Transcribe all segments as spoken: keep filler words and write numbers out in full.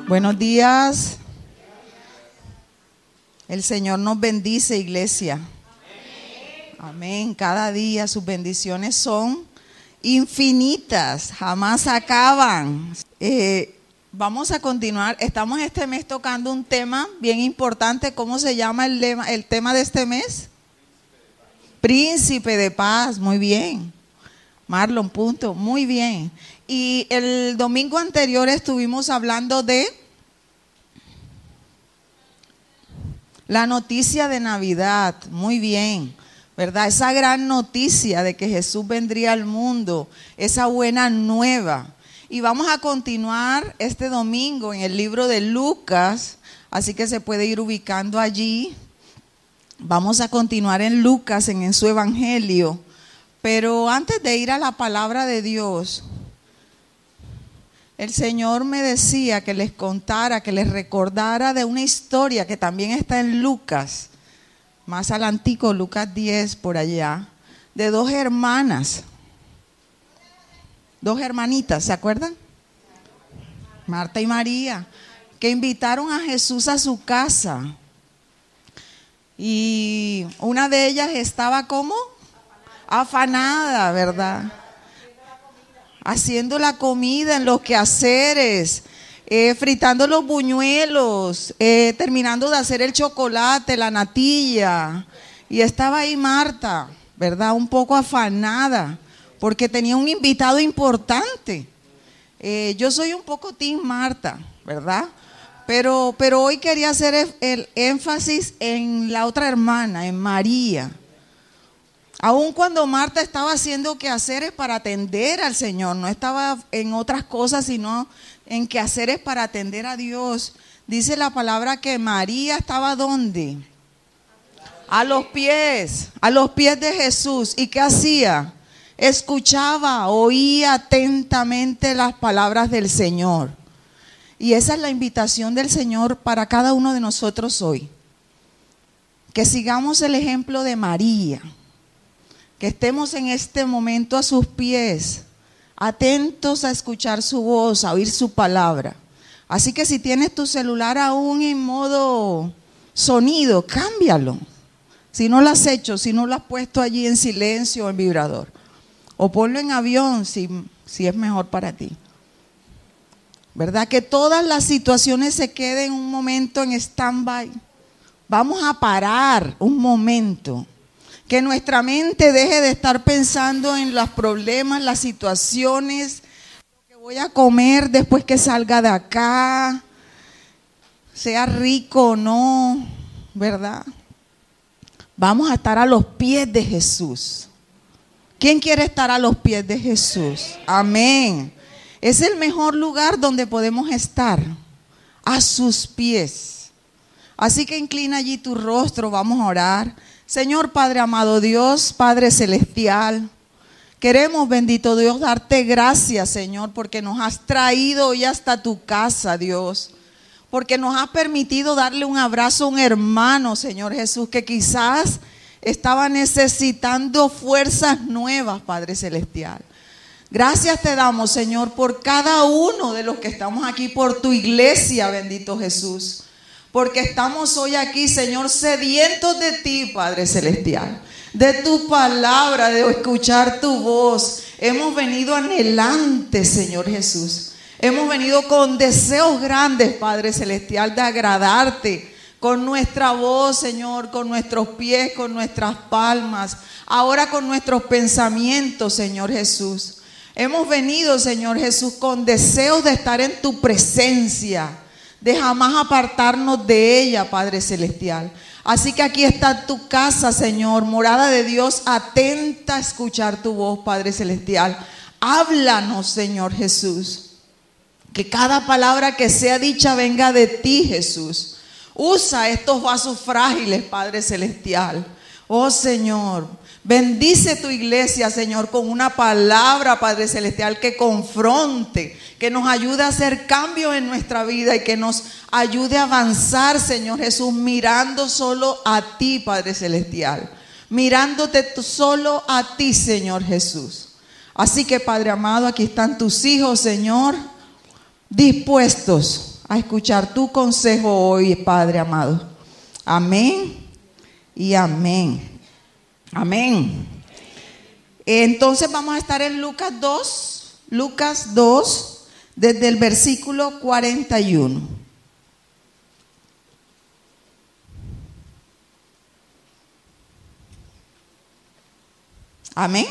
Buenos días. El Señor nos bendice, iglesia. Amén. Amén. Cada día sus bendiciones son infinitas, jamás acaban. Eh, vamos a continuar. Estamos este mes tocando un tema bien importante. ¿Cómo se llama el, lema, el tema de este mes? Príncipe de paz. Muy bien. Marlon, punto. Muy bien. Y el domingo anterior estuvimos hablando de la noticia de Navidad. Muy bien, ¿verdad? Esa gran noticia de que Jesús vendría al mundo, esa buena nueva. Y vamos a continuar este domingo en el libro de Lucas, así que se puede ir ubicando allí. Vamos a continuar en Lucas, en, en su evangelio. Pero antes de ir a la palabra de Dios, el Señor me decía que les contara, que les recordara de una historia que también está en Lucas, más adelantico, Lucas diez, por allá, de dos hermanas, dos hermanitas, ¿se acuerdan? Marta y María, que invitaron a Jesús a su casa. Y una de ellas estaba como afanada, ¿verdad? Haciendo la comida en los quehaceres, eh, fritando los buñuelos, eh, terminando de hacer el chocolate, la natilla. Y estaba ahí Marta, ¿verdad? Un poco afanada, porque tenía un invitado importante. Eh, yo soy un poco team Marta, ¿verdad? Pero, pero hoy quería hacer el, el énfasis en la otra hermana, en María. Aun cuando Marta estaba haciendo quehaceres para atender al Señor, no estaba en otras cosas, sino en quehaceres para atender a Dios. Dice la palabra que María estaba ¿dónde? A los pies, a los pies de Jesús. ¿Y qué hacía? Escuchaba, oía atentamente las palabras del Señor. Y esa es la invitación del Señor para cada uno de nosotros hoy. Que sigamos el ejemplo de María. Que estemos en este momento a sus pies, atentos a escuchar su voz, a oír su palabra. Así que si tienes tu celular aún en modo sonido, cámbialo. Si no lo has hecho, si no lo has puesto allí en silencio o en vibrador. O ponlo en avión si, si es mejor para ti. ¿Verdad? Que todas las situaciones se queden un momento en stand-by. Vamos a parar un momento. Que nuestra mente deje de estar pensando en los problemas, las situaciones, lo que voy a comer después que salga de acá, sea rico o no, ¿verdad? Vamos a estar a los pies de Jesús. ¿Quién quiere estar a los pies de Jesús? Amén. Es el mejor lugar donde podemos estar, a sus pies. Así que inclina allí tu rostro, vamos a orar. Señor Padre amado Dios, Padre celestial, queremos, bendito Dios, darte gracias, Señor, porque nos has traído hoy hasta tu casa, Dios, porque nos has permitido darle un abrazo a un hermano, Señor Jesús, que quizás estaba necesitando fuerzas nuevas, Padre celestial. Gracias te damos, Señor, por cada uno de los que estamos aquí, por tu iglesia, bendito Jesús. Porque estamos hoy aquí, Señor, sedientos de ti, Padre celestial, de tu palabra, de escuchar tu voz. Hemos venido anhelantes, Señor Jesús. Hemos venido con deseos grandes, Padre celestial, de agradarte con nuestra voz, Señor, con nuestros pies, con nuestras palmas, ahora con nuestros pensamientos, Señor Jesús. Hemos venido, Señor Jesús, con deseos de estar en tu presencia, de jamás apartarnos de ella, Padre celestial. Así que aquí está tu casa, Señor, morada de Dios, atenta a escuchar tu voz, Padre celestial. Háblanos, Señor Jesús. Que cada palabra que sea dicha venga de ti, Jesús. Usa estos vasos frágiles, Padre celestial. Oh Señor, bendice tu iglesia, Señor, con una palabra, Padre celestial, que confronte, que nos ayude a hacer cambios en nuestra vida y que nos ayude a avanzar, Señor Jesús, mirando solo a ti, Padre celestial, mirándote solo a ti, Señor Jesús. Así que, Padre amado, aquí están tus hijos, Señor, dispuestos a escuchar tu consejo hoy, Padre amado. Amén y amén. Amén. Entonces vamos a estar en Lucas dos, Lucas dos, desde el versículo cuarenta y uno. Amén.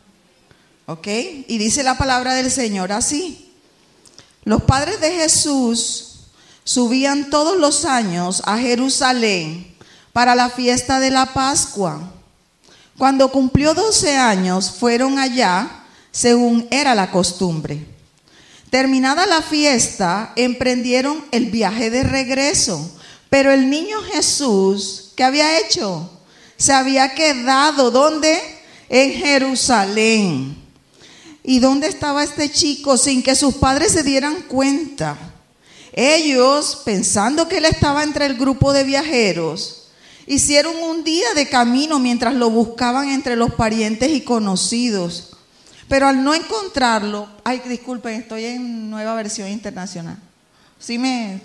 Ok, y dice la palabra del Señor así: los padres de Jesús subían todos los años a Jerusalén para la fiesta de la Pascua. Cuando cumplió doce años, fueron allá según era la costumbre. Terminada la fiesta, emprendieron el viaje de regreso. Pero el niño Jesús, ¿qué había hecho? Se había quedado, ¿dónde? En Jerusalén. ¿Y dónde estaba este chico sin que sus padres se dieran cuenta? Ellos, pensando que él estaba entre el grupo de viajeros, hicieron un día de camino mientras lo buscaban entre los parientes y conocidos. Pero al no encontrarlo, ay, disculpen, estoy en Nueva Versión Internacional. Sí me,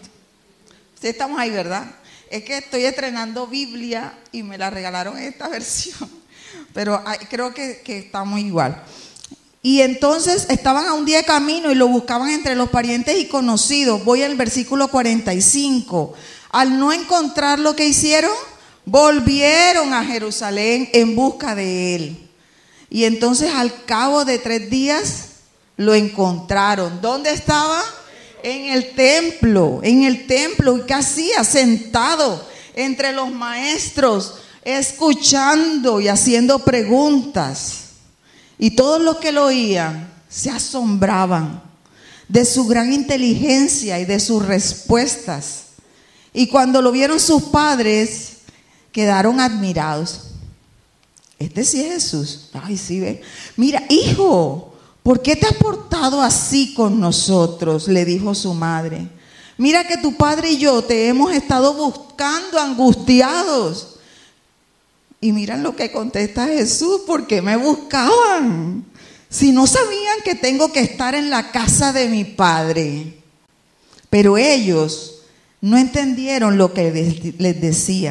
sí estamos ahí, ¿verdad? Es que estoy estrenando Biblia y me la regalaron en esta versión. Pero ay, creo que, que estamos igual. Y entonces estaban a un día de camino y lo buscaban entre los parientes y conocidos. Voy al versículo cuarenta y cinco. Al no encontrar lo que hicieron, volvieron a Jerusalén en busca de él. Y entonces al cabo de tres días lo encontraron. ¿Dónde estaba? En el templo, en el templo. ¿Y qué hacía? Sentado entre los maestros, escuchando y haciendo preguntas. Y todos los que lo oían se asombraban de su gran inteligencia y de sus respuestas. Y cuando lo vieron sus padres, quedaron admirados. Este sí es Jesús. Ay, sí, ve. Mira, hijo, ¿por qué te has portado así con nosotros?, le dijo su madre. Mira que tu padre y yo te hemos estado buscando angustiados. Y miran lo que contesta Jesús: ¿por qué me buscaban? Si no sabían que tengo que estar en la casa de mi padre. Pero ellos no entendieron lo que les decía.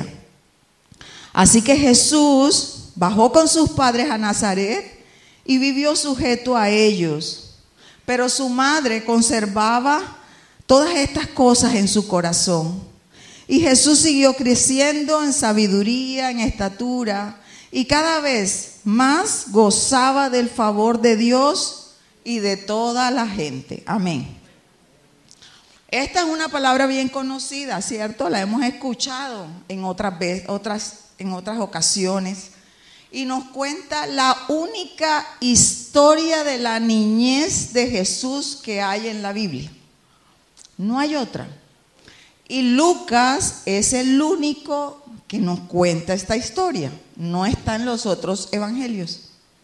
Así que Jesús bajó con sus padres a Nazaret y vivió sujeto a ellos. Pero su madre conservaba todas estas cosas en su corazón. Y Jesús siguió creciendo en sabiduría, en estatura, y cada vez más gozaba del favor de Dios y de toda la gente. Amén. Esta es una palabra bien conocida, ¿cierto? La hemos escuchado en otras veces, otras, en otras ocasiones. Y nos cuenta la única historia de la niñez de Jesús que hay en la Biblia. No hay otra. Y Lucas es el único que nos cuenta esta historia. No está en los otros evangelios.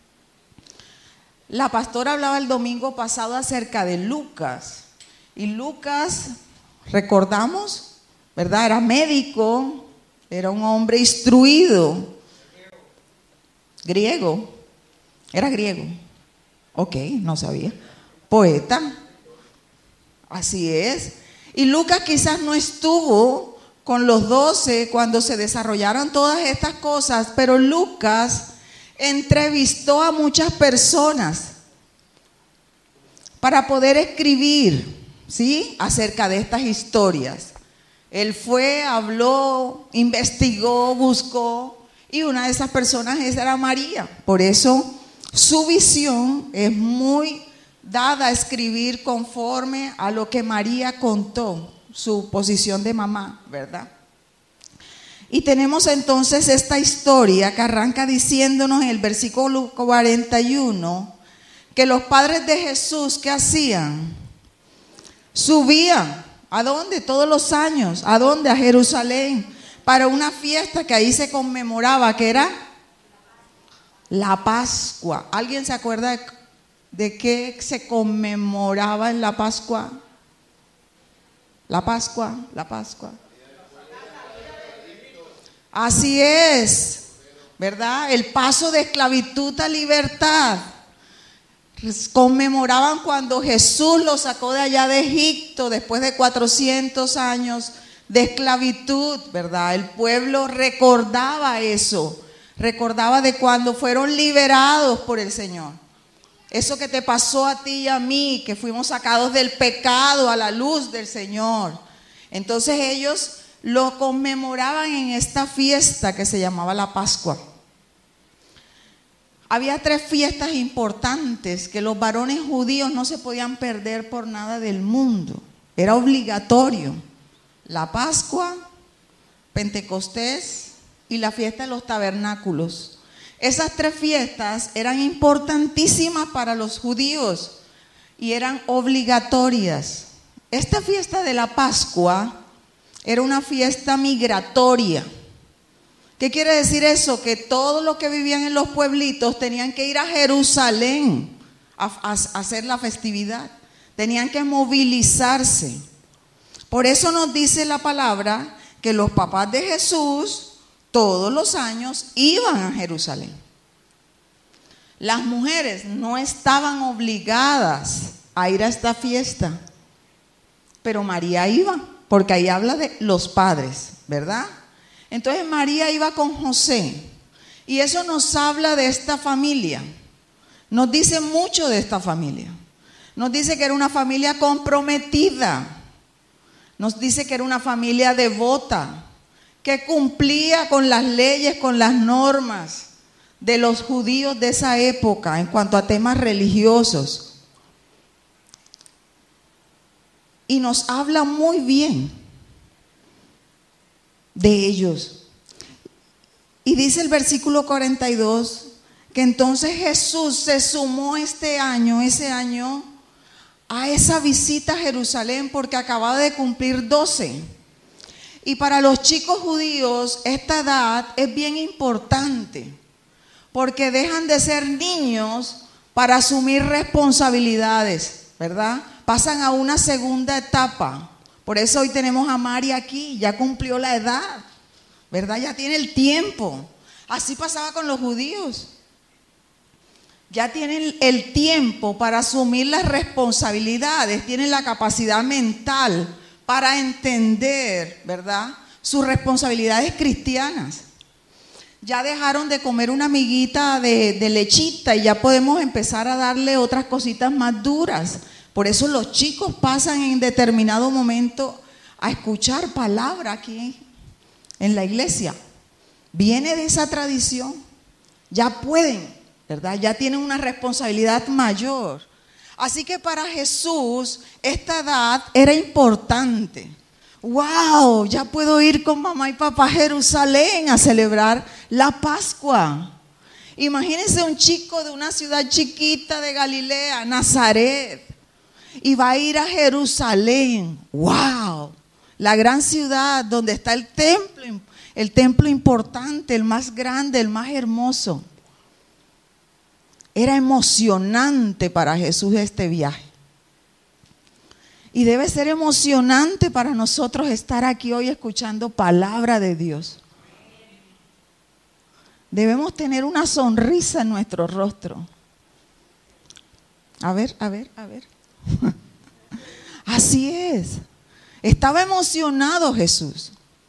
La pastora hablaba el domingo pasado acerca de Lucas. Y Lucas, recordamos, ¿verdad? Era médico, era un hombre instruido. Griego. Era griego. Ok, no sabía. Poeta. Así es. Y Lucas quizás no estuvo con los doce cuando se desarrollaron todas estas cosas, pero Lucas entrevistó a muchas personas para poder escribir, ¿sí?, acerca de estas historias. Él fue, habló, investigó, buscó, y una de esas personas era María. Por eso su visión es muy dada a escribir conforme a lo que María contó, su posición de mamá, ¿verdad? Y tenemos entonces esta historia que arranca diciéndonos en el versículo cuarenta y uno que los padres de Jesús, ¿qué hacían? Subían, ¿a dónde? Todos los años, ¿a dónde? A Jerusalén, para una fiesta que ahí se conmemoraba, que era la Pascua. ¿Alguien se acuerda de ¿De qué se conmemoraba en la Pascua? La Pascua, la Pascua. Así es, ¿verdad? El paso de esclavitud a libertad. conmemoraban cuando Jesús los sacó de allá de Egipto después de cuatrocientos años de esclavitud, ¿verdad? El pueblo recordaba eso, recordaba de cuando fueron liberados por el Señor. Eso que te pasó a ti y a mí, que fuimos sacados del pecado a la luz del Señor. Entonces ellos lo conmemoraban en esta fiesta que se llamaba la Pascua. Había tres fiestas importantes que los varones judíos no se podían perder por nada del mundo. Era obligatorio. La Pascua, Pentecostés y la fiesta de los tabernáculos. Esas tres fiestas eran importantísimas para los judíos y eran obligatorias. Esta fiesta de la Pascua era una fiesta migratoria. ¿Qué quiere decir eso? Que todos los que vivían en los pueblitos tenían que ir a Jerusalén a, a, a hacer la festividad. Tenían que movilizarse. Por eso nos dice la palabra que los papás de Jesús todos los años iban a Jerusalén. Las mujeres no estaban obligadas a ir a esta fiesta, pero María iba, porque ahí habla de los padres, ¿verdad? Entonces María iba con José, y eso nos habla de esta familia, nos dice mucho de esta familia, nos dice que era una familia comprometida, nos dice que era una familia devota, que cumplía con las leyes, con las normas de los judíos de esa época en cuanto a temas religiosos. Y nos habla muy bien de ellos. Y dice el versículo cuarenta y dos que entonces Jesús se sumó este año, ese año, a esa visita a Jerusalén porque acababa de cumplir doce. Y para los chicos judíos esta edad es bien importante porque dejan de ser niños para asumir responsabilidades, ¿verdad? Pasan a una segunda etapa. Por eso hoy tenemos a Mari aquí, ya cumplió la edad, ¿verdad? Ya tiene el tiempo. Así pasaba con los judíos. Ya tienen el tiempo para asumir las responsabilidades, tienen la capacidad mental para entender, ¿verdad?, sus responsabilidades cristianas. Ya dejaron de comer una amiguita de, de lechita y ya podemos empezar a darle otras cositas más duras. Por eso los chicos pasan en determinado momento a escuchar palabra aquí en la iglesia. Viene de esa tradición. Ya pueden, ¿verdad? Ya tienen una responsabilidad mayor. Así que para Jesús esta edad era importante. ¡Wow! Ya puedo ir con mamá y papá a Jerusalén a celebrar la Pascua. Imagínense un chico de una ciudad chiquita de Galilea, Nazaret, y va a ir a Jerusalén. ¡Wow! La gran ciudad donde está el templo, el templo importante, el más grande, el más hermoso. Era emocionante para Jesús este viaje. Y debe ser emocionante para nosotros estar aquí hoy escuchando palabra de Dios. Debemos tener una sonrisa en nuestro rostro. A ver, a ver, a ver. Así es. Estaba emocionado Jesús.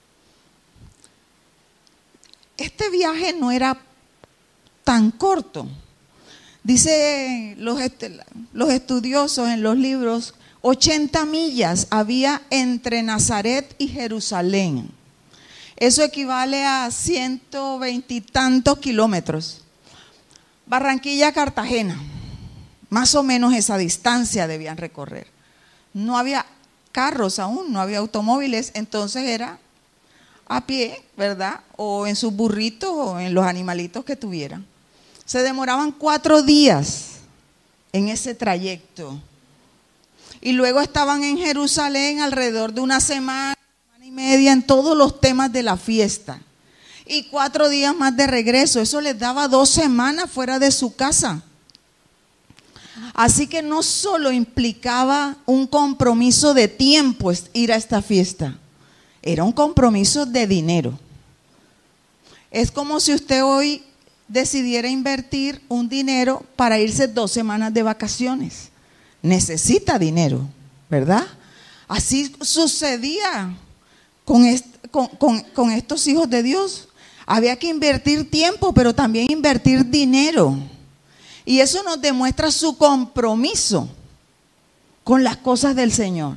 Este viaje no era tan corto. Dice los, los estudiosos en los libros, ochenta millas había entre Nazaret y Jerusalén. Eso equivale a ciento veinte y tantos kilómetros. Barranquilla, Cartagena, más o menos esa distancia debían recorrer. No había carros aún, no había automóviles, entonces era a pie, ¿verdad? O en sus burritos o en los animalitos que tuvieran. Se demoraban cuatro días en ese trayecto. Y luego estaban en Jerusalén alrededor de una semana, semana y media en todos los temas de la fiesta. Y cuatro días más de regreso. Eso les daba dos semanas fuera de su casa. Así que no solo implicaba un compromiso de tiempo ir a esta fiesta. Era un compromiso de dinero. Es como si usted hoy decidiera invertir un dinero para irse dos semanas de vacaciones. Necesita dinero, ¿verdad? Así sucedía con, est con, con, con estos hijos de Dios. Había que invertir tiempo, pero también invertir dinero. Y eso nos demuestra su compromiso con las cosas del Señor.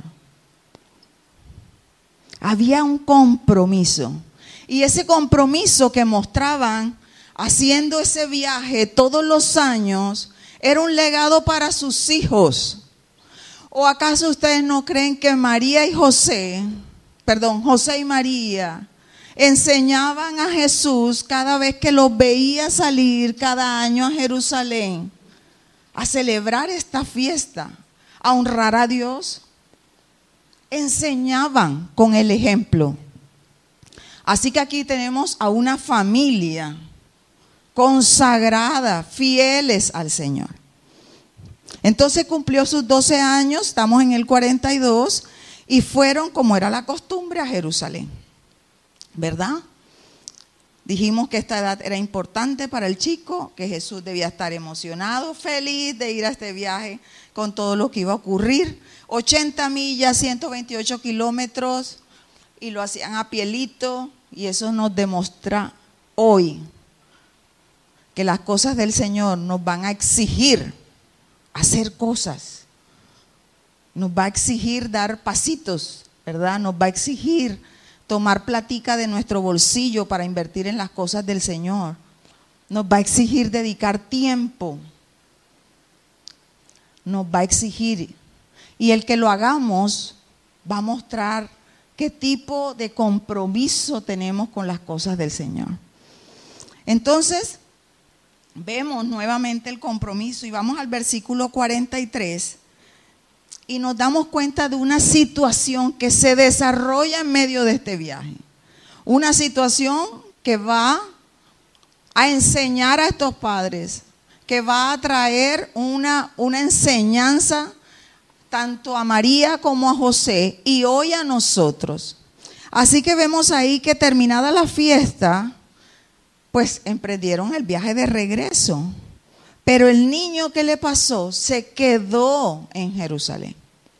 Había un compromiso. Y ese compromiso que mostraban haciendo ese viaje todos los años era un legado para sus hijos. ¿O acaso ustedes no creen que María y José, perdón, José y María enseñaban a Jesús cada vez que los veía salir cada año a Jerusalén a celebrar esta fiesta, a honrar a Dios? Enseñaban con el ejemplo. Así que aquí tenemos a una familia consagrada, fieles al Señor. Entonces cumplió sus doce años, estamos en el cuarenta y dos, y fueron, como era la costumbre, a Jerusalén, ¿verdad? Dijimos que esta edad era importante para el chico, que Jesús debía estar emocionado, feliz de ir a este viaje con todo lo que iba a ocurrir. ochenta millas, ciento veintiocho kilómetros, y lo hacían a pielito, y eso nos demuestra hoy que las cosas del Señor nos van a exigir hacer cosas, nos va a exigir dar pasitos, ¿verdad? Nos va a exigir tomar platica de nuestro bolsillo para invertir en las cosas del Señor. Nos va a exigir dedicar tiempo. Nos va a exigir. Y el que lo hagamos va a mostrar qué tipo de compromiso tenemos con las cosas del Señor. Entonces, vemos nuevamente el compromiso y vamos al versículo cuarenta y tres. Y nos damos cuenta de una situación que se desarrolla en medio de este viaje. Una situación que va a enseñar a estos padres, que va a traer una, una enseñanza tanto a María como a José y hoy a nosotros. Así que vemos ahí que terminada la fiesta, pues emprendieron el viaje de regreso. Pero el niño, ¿qué le pasó? Se quedó en Jerusalén.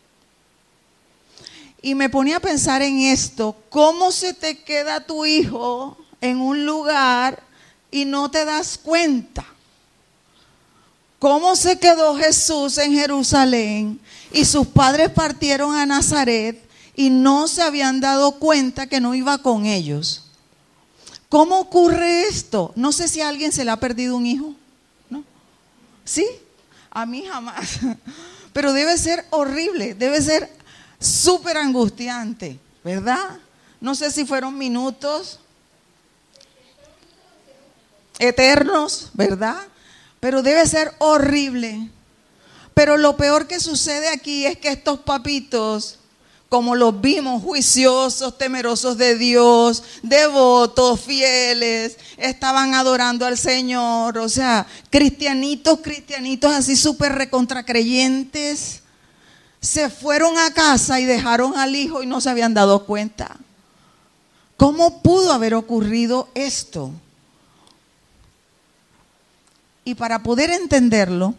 Y me ponía a pensar en esto, ¿cómo se te queda tu hijo en un lugar y no te das cuenta? ¿Cómo se quedó Jesús en Jerusalén y sus padres partieron a Nazaret y no se habían dado cuenta que no iba con ellos? ¿Cómo ocurre esto? No sé si a alguien se le ha perdido un hijo, ¿no? ¿Sí? A mí jamás. Pero debe ser horrible, debe ser súper angustiante, ¿verdad? No sé si fueron minutos eternos, ¿verdad? Pero debe ser horrible. Pero lo peor que sucede aquí es que estos papitos, como los vimos, juiciosos, temerosos de Dios, devotos, fieles, estaban adorando al Señor. O sea, cristianitos, cristianitos así súper recontracreyentes, se fueron a casa y dejaron al hijo y no se habían dado cuenta. ¿Cómo pudo haber ocurrido esto? Y para poder entenderlo,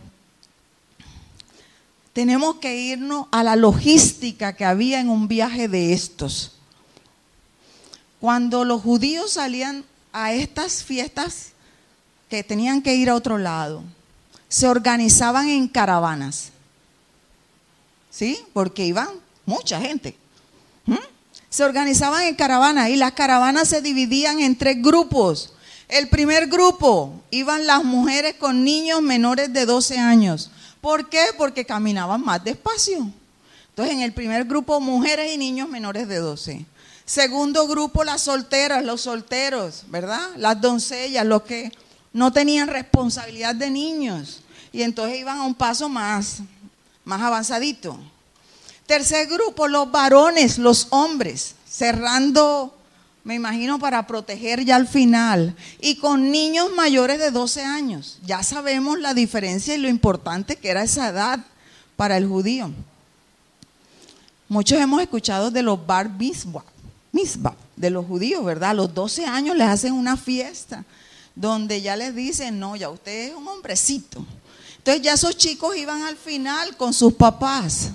tenemos que irnos a la logística que había en un viaje de estos. Cuando los judíos salían a estas fiestas que tenían que ir a otro lado, se organizaban en caravanas, ¿sí? Porque iban mucha gente. ¿Mm? Se organizaban en caravanas y las caravanas se dividían en tres grupos. El primer grupo iban las mujeres con niños menores de doce años. ¿Por qué? Porque caminaban más despacio. Entonces, en el primer grupo, mujeres y niños menores de doce. Segundo grupo, las solteras, los solteros, ¿verdad? Las doncellas, los que no tenían responsabilidad de niños. Y entonces iban a un paso más, más avanzadito. Tercer grupo, los varones, los hombres, cerrando, me imagino, para proteger ya al final. Y con niños mayores de doce años. Ya sabemos la diferencia y lo importante que era esa edad para el judío. Muchos hemos escuchado de los bar mitzvah, mitzvah de los judíos, ¿verdad? A los doce años les hacen una fiesta. donde ya les dicen, no, ya usted es un hombrecito. Entonces ya esos chicos iban al final con sus papás.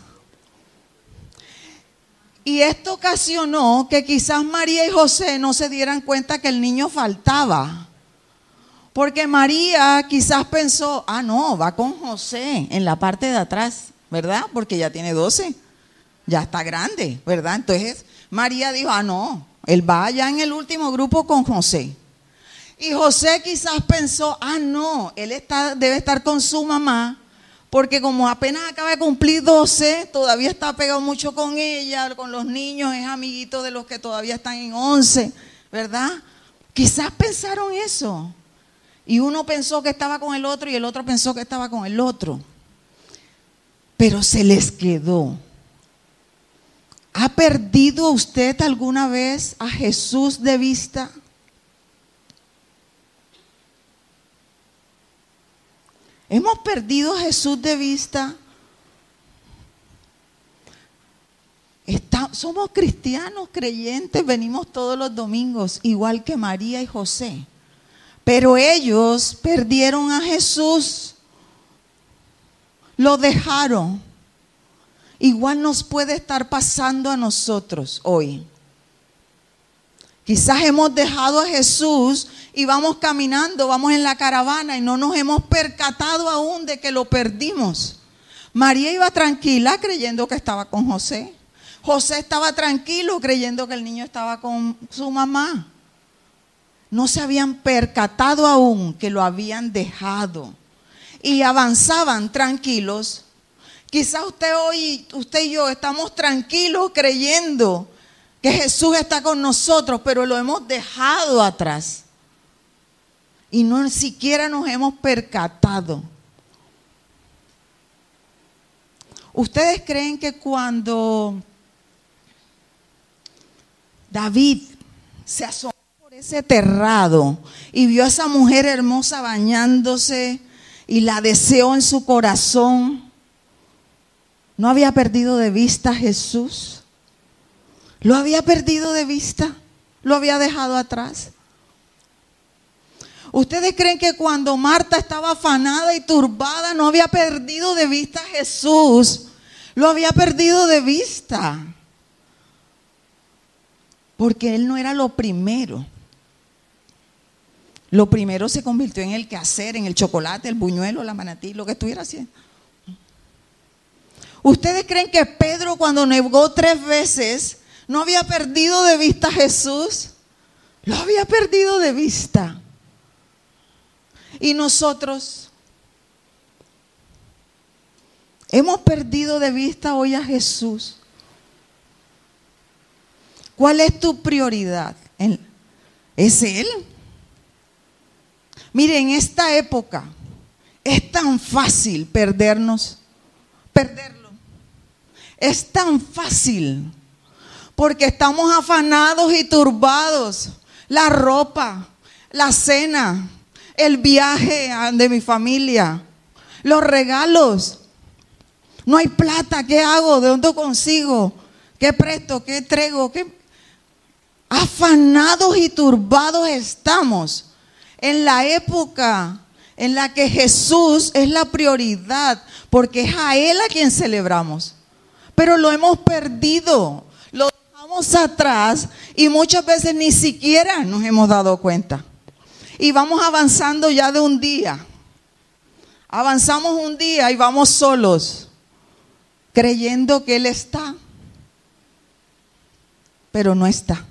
Y esto ocasionó que quizás María y José no se dieran cuenta que el niño faltaba. Porque María quizás pensó, ah, no, va con José en la parte de atrás, ¿verdad? Porque ya tiene doce, ya está grande, ¿verdad? Entonces María dijo, ah, no, él va allá en el último grupo con José. Y José quizás pensó, ah, no, él está, debe estar con su mamá, porque como apenas acaba de cumplir doce, todavía está pegado mucho con ella, con los niños, es amiguito de los que todavía están en once, ¿verdad? Quizás pensaron eso. Y uno pensó que estaba con el otro y el otro pensó que estaba con el otro. Pero se les quedó. ¿Ha perdido usted alguna vez a Jesús de vista? ¿Hemos perdido a Jesús de vista? Está, somos cristianos, creyentes, venimos todos los domingos, igual que María y José. Pero ellos perdieron a Jesús, lo dejaron. Igual nos puede estar pasando a nosotros hoy. Quizás hemos dejado a Jesús y vamos caminando, vamos en la caravana y no nos hemos percatado aún de que lo perdimos. María iba tranquila creyendo que estaba con José. José estaba tranquilo creyendo que el niño estaba con su mamá. No se habían percatado aún que lo habían dejado y avanzaban tranquilos. Quizás usted hoy, usted y yo estamos tranquilos creyendo que Jesús está con nosotros, pero lo hemos dejado atrás y no siquiera nos hemos percatado. ¿Ustedes creen que cuando David se asomó por ese terrado y vio a esa mujer hermosa bañándose y la deseó en su corazón, no había perdido de vista a Jesús? ¿Lo había perdido de vista? ¿Lo había dejado atrás? ¿Ustedes creen que cuando Marta estaba afanada y turbada no había perdido de vista a Jesús? Lo había perdido de vista. Porque Él no era lo primero. Lo primero se convirtió en el quehacer, en el chocolate, el buñuelo, la manatí, lo que estuviera haciendo. ¿Ustedes creen que Pedro, cuando negó tres veces, no había perdido de vista a Jesús? Lo había perdido de vista. Y nosotros hemos perdido de vista hoy a Jesús. ¿Cuál es tu prioridad? ¿Es Él? Mire, en esta época es tan fácil perdernos, perderlo. Es tan fácil porque estamos afanados y turbados. La ropa, la cena, el viaje de mi familia, los regalos. No hay plata, ¿qué hago? ¿De dónde consigo? ¿Qué presto? ¿Qué traigo? ¿Qué? Afanados y turbados estamos en la época en la que Jesús es la prioridad, porque es a Él a quien celebramos. Pero lo hemos perdido, lo dejamos atrás y muchas veces ni siquiera nos hemos dado cuenta. Y vamos avanzando ya de un día. Avanzamos un día y vamos solos, creyendo que Él está, pero no está.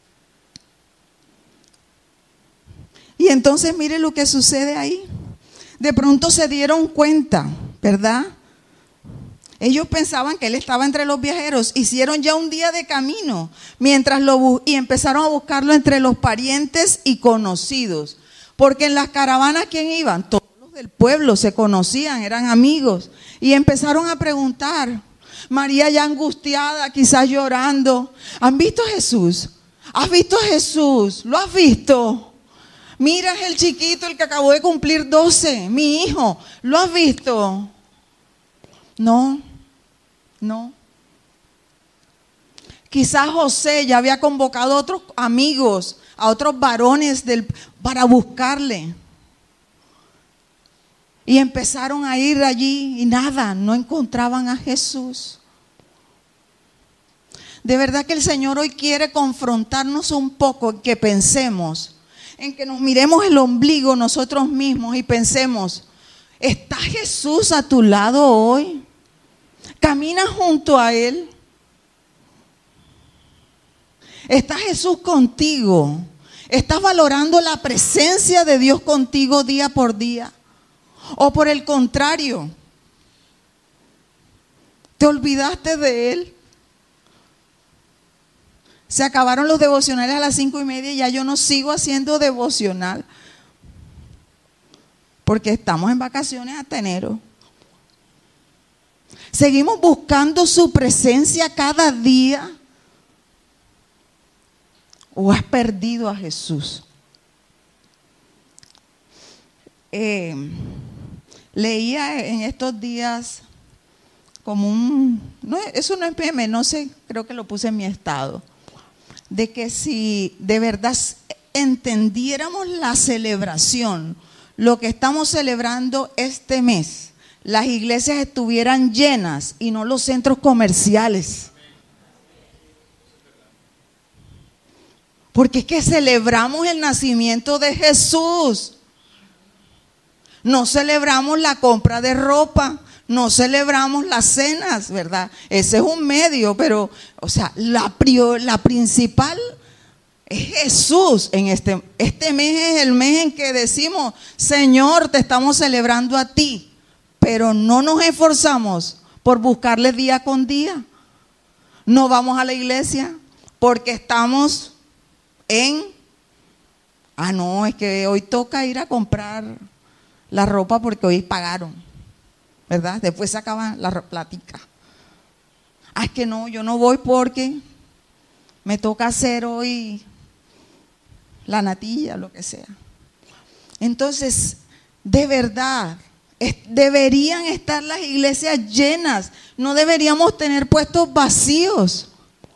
Y entonces mire lo que sucede ahí. De pronto se dieron cuenta, ¿verdad? Ellos pensaban que Él estaba entre los viajeros. Hicieron ya un día de camino mientras lo y empezaron a buscarlo entre los parientes y conocidos. Porque en las caravanas, ¿quién iban? Todos los del pueblo se conocían, eran amigos. Y empezaron a preguntar. María ya angustiada, quizás llorando. ¿Han visto a Jesús? ¿Has visto a Jesús? ¿Lo has visto? Mira, es el chiquito, el que acabó de cumplir doce, mi hijo. ¿Lo has visto? No, no. Quizás José ya había convocado a otros amigos, a otros varones del, para buscarle. Y empezaron a ir allí y nada, no encontraban a Jesús. De verdad que el Señor hoy quiere confrontarnos un poco, en que pensemos, en que nos miremos el ombligo nosotros mismos y pensemos, ¿está Jesús a tu lado hoy? ¿Caminas junto a Él? ¿Está Jesús contigo? ¿Estás valorando la presencia de Dios contigo día por día? ¿O por el contrario, te olvidaste de Él? Se acabaron los devocionales a las cinco y media y ya yo no sigo haciendo devocional. Porque estamos en vacaciones hasta enero. Seguimos buscando su presencia cada día. ¿O has perdido a Jesús? Eh, leía en estos días como un, no, eso no es P M, no sé, creo que lo puse en mi estado, de que si de verdad entendiéramos la celebración, lo que estamos celebrando este mes, las iglesias estuvieran llenas y no los centros comerciales. Porque es que celebramos el nacimiento de Jesús. No celebramos la compra de ropa, no celebramos las cenas, ¿verdad? Ese es un medio, pero, o sea, la, prior, la principal es Jesús. En este, este mes es el mes en que decimos, Señor, te estamos celebrando a ti, pero no nos esforzamos por buscarle día con día. No vamos a la iglesia porque estamos en, ah no, es que hoy toca ir a comprar la ropa porque hoy pagaron, ¿verdad? Después se acaba la plática. Ah, es que no, yo no voy porque me toca hacer hoy la natilla, lo que sea. Entonces, de verdad, es, deberían estar las iglesias llenas, no deberíamos tener puestos vacíos.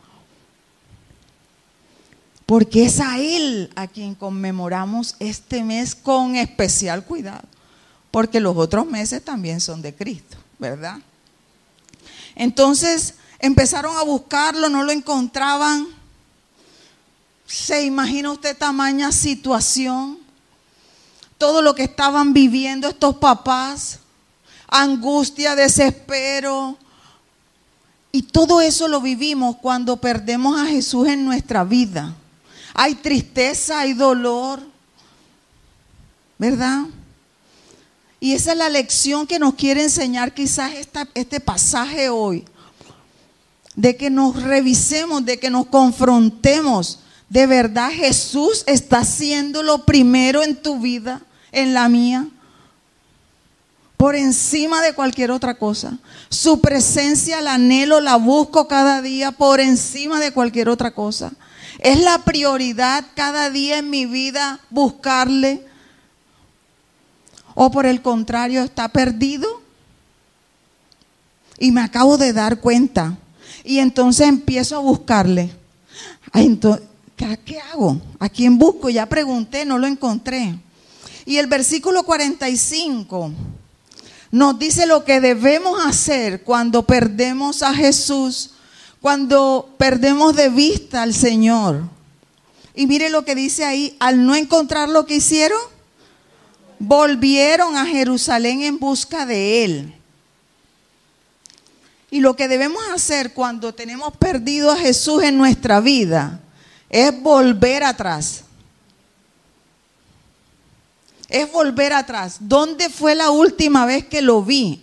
Porque es a Él a quien conmemoramos este mes con especial cuidado. Porque los otros meses también son de Cristo, ¿verdad? Entonces empezaron a buscarlo, no lo encontraban. ¿Se imagina usted tamaña situación? Todo lo que estaban viviendo estos papás, angustia, desespero. Y todo eso lo vivimos cuando perdemos a Jesús en nuestra vida. Hay tristeza, hay dolor, ¿verdad? Y esa es la lección que nos quiere enseñar quizás esta, este pasaje hoy. De que nos revisemos, de que nos confrontemos. ¿De verdad Jesús está siendo lo primero en tu vida, en la mía? Por encima de cualquier otra cosa. Su presencia la anhelo, la busco cada día por encima de cualquier otra cosa. Es la prioridad cada día en mi vida buscarle. O por el contrario, está perdido. Y me acabo de dar cuenta. Y entonces empiezo a buscarle. Entonces, ¿qué hago? ¿A quién busco? Ya pregunté, no lo encontré. Y el versículo cuarenta y cinco nos dice lo que debemos hacer cuando perdemos a Jesús, cuando perdemos de vista al Señor. Y mire lo que dice ahí, al no encontrar lo que hicieron, volvieron a Jerusalén en busca de Él. Y lo que debemos hacer cuando tenemos perdido a Jesús en nuestra vida es volver atrás. Es volver atrás. ¿Dónde fue la última vez que lo vi?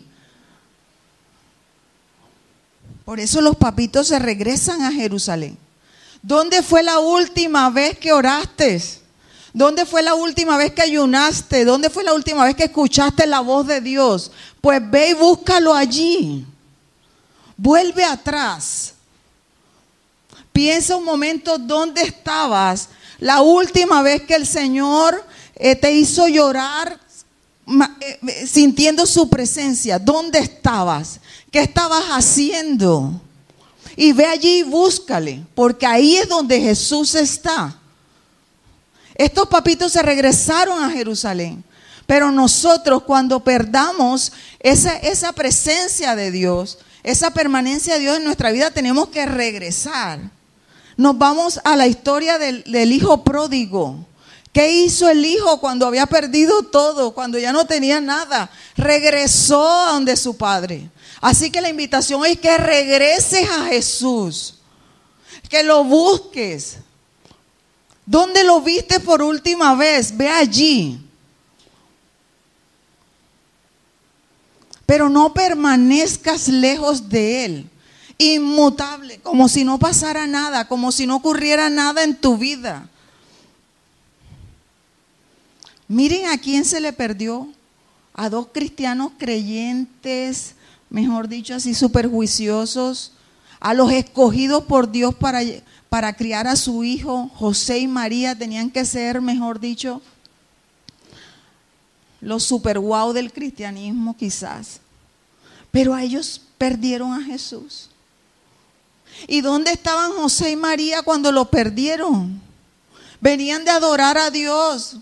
Por eso los papitos se regresan a Jerusalén. ¿Dónde fue la última vez que oraste? ¿Dónde fue la última vez que ayunaste? ¿Dónde fue la última vez que escuchaste la voz de Dios? Pues ve y búscalo allí. Vuelve atrás. Piensa un momento dónde estabas la última vez que el Señor eh, te hizo llorar eh, sintiendo su presencia. ¿Dónde estabas? ¿Qué estabas haciendo? Y ve allí y búscale, porque ahí es donde Jesús está. Estos papitos se regresaron a Jerusalén. Pero nosotros, cuando perdamos esa, esa presencia de Dios, esa permanencia de Dios en nuestra vida, tenemos que regresar. Nos vamos a la historia del, del hijo pródigo. ¿Qué hizo el hijo cuando había perdido todo, cuando ya no tenía nada? Regresó a donde su padre. Así que la invitación es que regreses a Jesús, que lo busques. ¿Dónde lo viste por última vez? Ve allí. Pero no permanezcas lejos de Él, inmutable, como si no pasara nada, como si no ocurriera nada en tu vida. Miren a quién se le perdió, a dos cristianos creyentes, mejor dicho así, superjuiciosos, a los escogidos por Dios para, para criar a su hijo. José y María tenían que ser, mejor dicho, los super guau del cristianismo quizás. Pero a ellos perdieron a Jesús. ¿Y dónde estaban José y María cuando lo perdieron? Venían de adorar a Dios.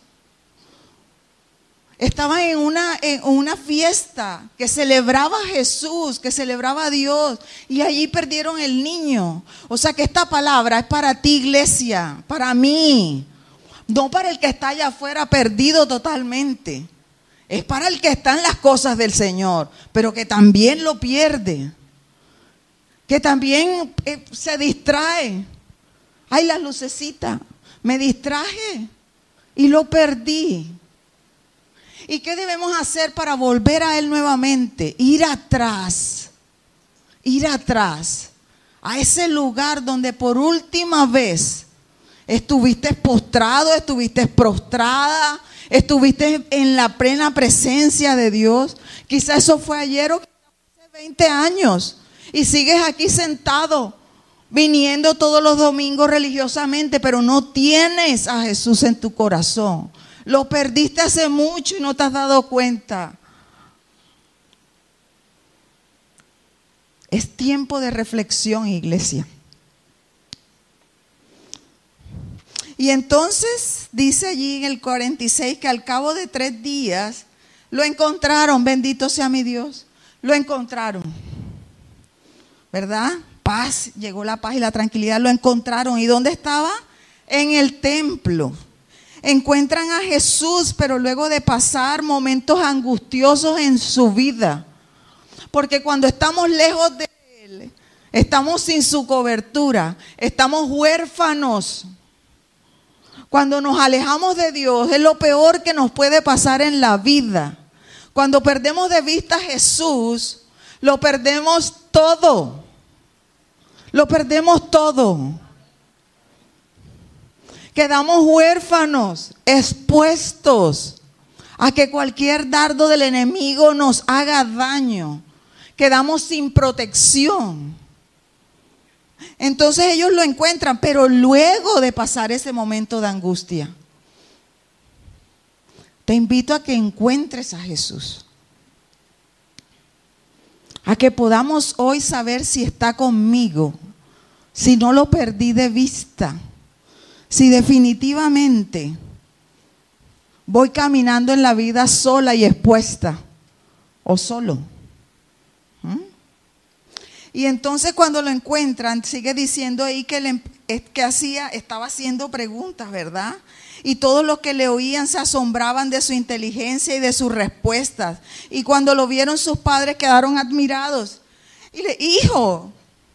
Estaban en una, en una fiesta que celebraba a Jesús, que celebraba a Dios. Y allí perdieron el niño. O sea que esta palabra es para ti, iglesia, para mí. No para el que está allá afuera perdido totalmente. Es para el que está en las cosas del Señor, pero que también lo pierde. Que también eh, se distrae. Ay, las lucecitas. Me distraje y lo perdí. ¿Y qué debemos hacer para volver a Él nuevamente? Ir atrás. Ir atrás. A ese lugar donde por última vez estuviste postrado, estuviste prostrada, estuviste en la plena presencia de Dios. Quizás eso fue ayer o quizás hace veinte años. Y sigues aquí sentado, viniendo todos los domingos religiosamente, pero no tienes a Jesús en tu corazón. Lo perdiste hace mucho y no te has dado cuenta. Es tiempo de reflexión, iglesia. Y entonces dice allí en el cuarenta y seis que al cabo de tres días lo encontraron, bendito sea mi Dios, lo encontraron, ¿verdad? Paz, llegó la paz y la tranquilidad, lo encontraron. ¿Y dónde estaba? En el templo. Encuentran a Jesús, pero luego de pasar momentos angustiosos en su vida. Porque cuando estamos lejos de Él, estamos sin su cobertura, estamos huérfanos. Cuando nos alejamos de Dios, es lo peor que nos puede pasar en la vida. Cuando perdemos de vista a Jesús, lo perdemos todo. Lo perdemos todo. Quedamos huérfanos, expuestos a que cualquier dardo del enemigo nos haga daño. Quedamos sin protección. Entonces ellos lo encuentran, pero luego de pasar ese momento de angustia, te invito a que encuentres a Jesús. A que podamos hoy saber si está conmigo, si no lo perdí de vista, si definitivamente voy caminando en la vida sola y expuesta o solo. ¿Mm? Y entonces cuando lo encuentran, sigue diciendo ahí que, le, que hacía, estaba haciendo preguntas, ¿verdad? Y todos los que le oían se asombraban de su inteligencia y de sus respuestas. Y cuando lo vieron sus padres quedaron admirados. Y le, hijo,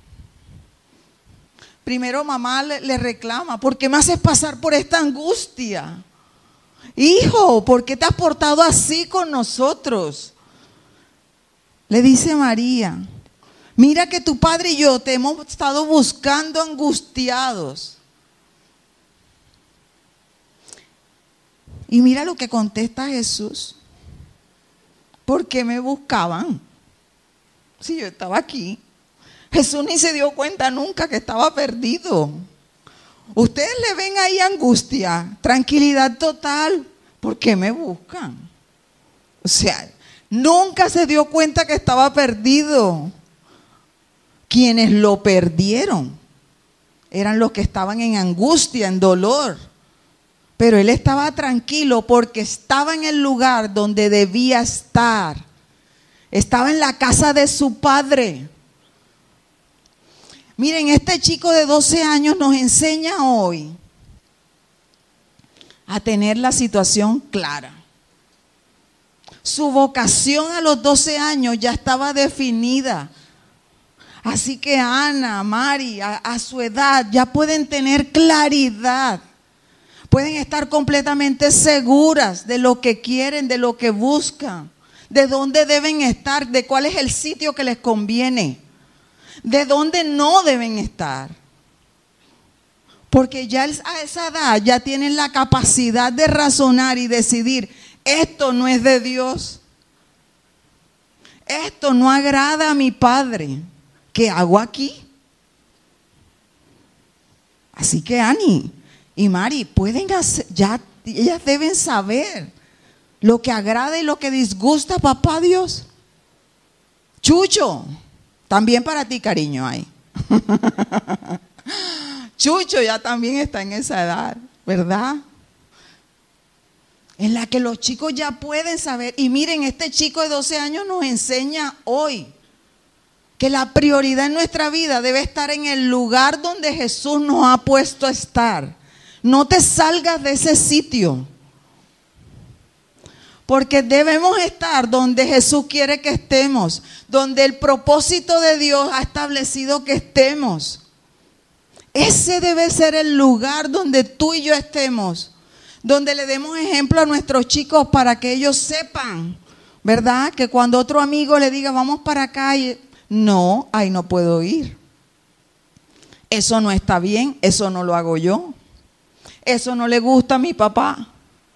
primero mamá le, le reclama, ¿por qué me haces pasar por esta angustia? Hijo, ¿por qué te has portado así con nosotros? Le dice María, mira que tu padre y yo te hemos estado buscando angustiados. Y mira lo que contesta Jesús. ¿Por qué me buscaban? Si yo estaba aquí. Jesús ni se dio cuenta nunca que estaba perdido. Ustedes le ven ahí angustia, tranquilidad total. ¿Por qué me buscan? O sea, nunca se dio cuenta que estaba perdido. Quienes lo perdieron eran los que estaban en angustia, en dolor. Pero él estaba tranquilo porque estaba en el lugar donde debía estar. Estaba en la casa de su padre. Miren, este chico de doce años nos enseña hoy a tener la situación clara. Su vocación a los doce años ya estaba definida. Así que Ana, Mari, a, a su edad ya pueden tener claridad. Pueden estar completamente seguras de lo que quieren, de lo que buscan, de dónde deben estar, de cuál es el sitio que les conviene, de dónde no deben estar. Porque ya a esa edad ya tienen la capacidad de razonar y decidir, esto no es de Dios, esto no agrada a mi Padre, ¿qué hago aquí? Así que Ani y Mari pueden hacer, ya ellas deben saber lo que agrada y lo que disgusta a papá Dios. Chucho, también para ti, cariño, hay. Chucho ya también está en esa edad, ¿verdad? En la que los chicos ya pueden saber. Y miren, este chico de doce años nos enseña hoy que la prioridad en nuestra vida debe estar en el lugar donde Jesús nos ha puesto a estar. No te salgas de ese sitio, porque debemos estar donde Jesús quiere que estemos, donde el propósito de Dios ha establecido que estemos. Ese debe ser el lugar donde tú y yo estemos, donde le demos ejemplo a nuestros chicos para que ellos sepan, ¿verdad? Que cuando otro amigo le diga, vamos para acá, y no, ahí no puedo ir. Eso no está bien, eso no lo hago yo. Eso no le gusta a mi papá.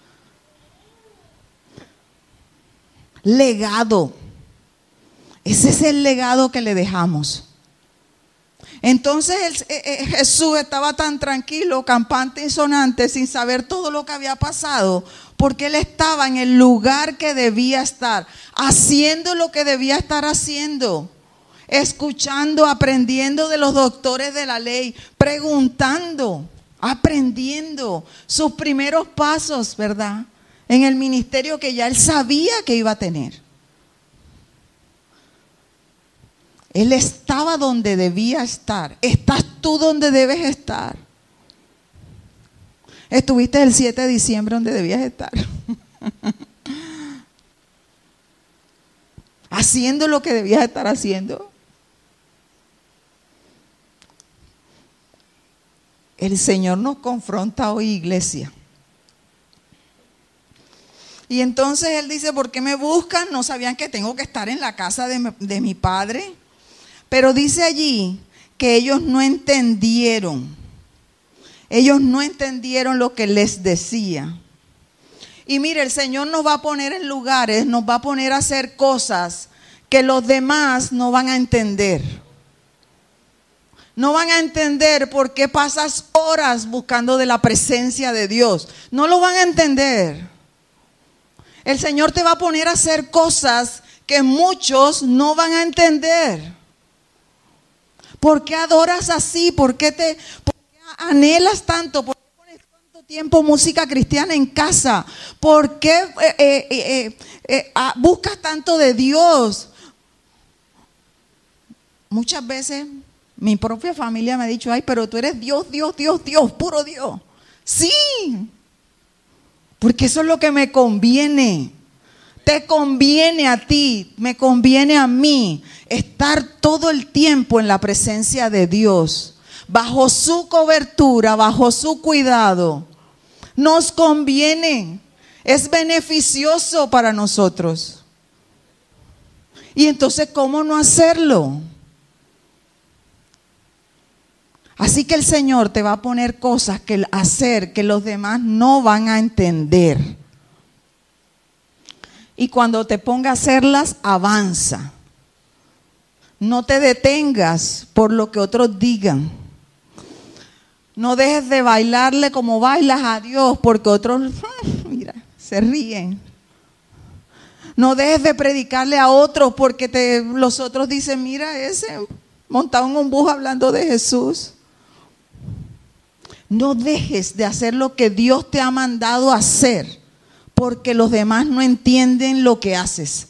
Legado. Ese es el legado que le dejamos. Entonces el, eh, Jesús estaba tan tranquilo, campante y sonante, sin saber todo lo que había pasado, porque él estaba en el lugar que debía estar, haciendo lo que debía estar haciendo, escuchando, aprendiendo de los doctores de la ley, preguntando, aprendiendo sus primeros pasos, ¿verdad? En el ministerio que ya él sabía que iba a tener. Él estaba donde debía estar. ¿Estás tú donde debes estar? Estuviste el siete de diciembre donde debías estar. Haciendo lo que debías estar haciendo. El Señor nos confronta hoy, iglesia. Y entonces Él dice, ¿por qué me buscan? No sabían que tengo que estar en la casa de mi, de mi Padre. Pero dice allí que ellos no entendieron. Ellos no entendieron lo que les decía. Y mire, el Señor nos va a poner en lugares, nos va a poner a hacer cosas que los demás no van a entender. No van a entender por qué pasas horas buscando de la presencia de Dios. No lo van a entender. El Señor te va a poner a hacer cosas que muchos no van a entender. ¿Por qué adoras así? ¿Por qué te por qué anhelas tanto? ¿Por qué pones tanto tiempo música cristiana en casa? ¿Por qué eh, eh, eh, eh, ah, buscas tanto de Dios? Muchas veces mi propia familia me ha dicho, ay, pero tú eres Dios, Dios, Dios, Dios, puro Dios. Sí, porque eso es lo que me conviene. Te conviene a ti, me conviene a mí estar todo el tiempo en la presencia de Dios, bajo su cobertura, bajo su cuidado. Nos conviene, es beneficioso para nosotros. Y entonces, ¿cómo no hacerlo? Así que el Señor te va a poner cosas que hacer que los demás no van a entender. Y cuando te ponga a hacerlas, avanza. No te detengas por lo que otros digan. No dejes de bailarle como bailas a Dios porque otros, mira, se ríen. No dejes de predicarle a otros porque te, los otros dicen, mira ese montado en un bus hablando de Jesús. No dejes de hacer lo que Dios te ha mandado hacer, porque los demás no entienden lo que haces.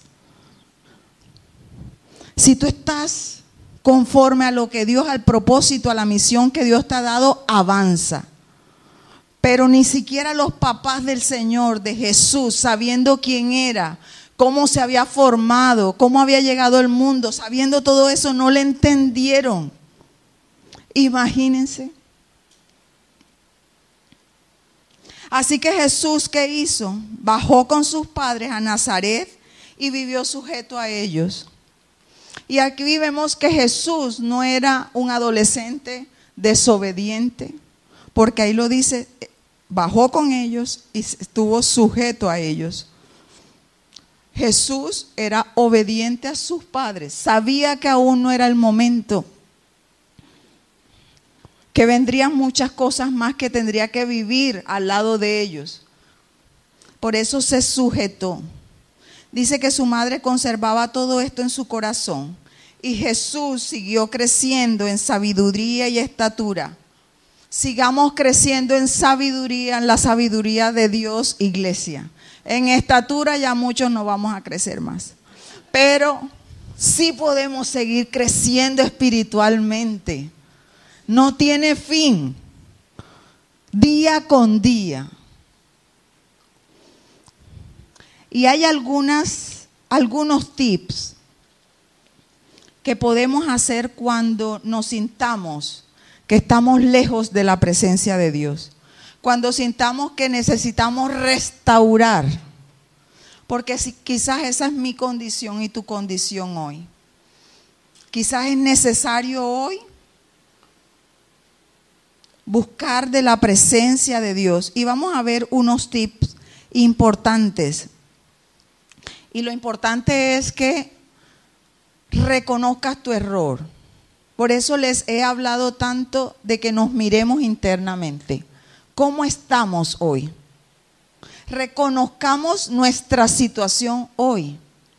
Si tú estás conforme a lo que Dios, al propósito, a la misión que Dios te ha dado, avanza. Pero ni siquiera los papás del Señor, de Jesús, sabiendo quién era, cómo se había formado, cómo había llegado al mundo, sabiendo todo eso, no le entendieron. Imagínense. Así que Jesús, ¿qué hizo? Bajó con sus padres a Nazaret y vivió sujeto a ellos. Y aquí vemos que Jesús no era un adolescente desobediente, porque ahí lo dice, bajó con ellos y estuvo sujeto a ellos. Jesús era obediente a sus padres, sabía que aún no era el momento, que vendrían muchas cosas más que tendría que vivir al lado de ellos. Por eso se sujetó. Dice que su madre conservaba todo esto en su corazón. Y Jesús siguió creciendo en sabiduría y estatura. Sigamos creciendo en sabiduría, en la sabiduría de Dios, iglesia. En estatura ya muchos no vamos a crecer más. Pero sí podemos seguir creciendo espiritualmente. No tiene fin, día con día. Y hay algunas, algunos tips que podemos hacer cuando nos sintamos que estamos lejos de la presencia de Dios. Cuando sintamos que necesitamos restaurar. Porque si, quizás esa es mi condición y tu condición hoy. Quizás es necesario hoy buscar de la presencia de Dios. Y vamos a ver unos tips importantes. Y lo importante es que reconozcas tu error. Por eso les he hablado tanto de que nos miremos internamente. ¿Cómo estamos hoy? Reconozcamos nuestra situación hoy.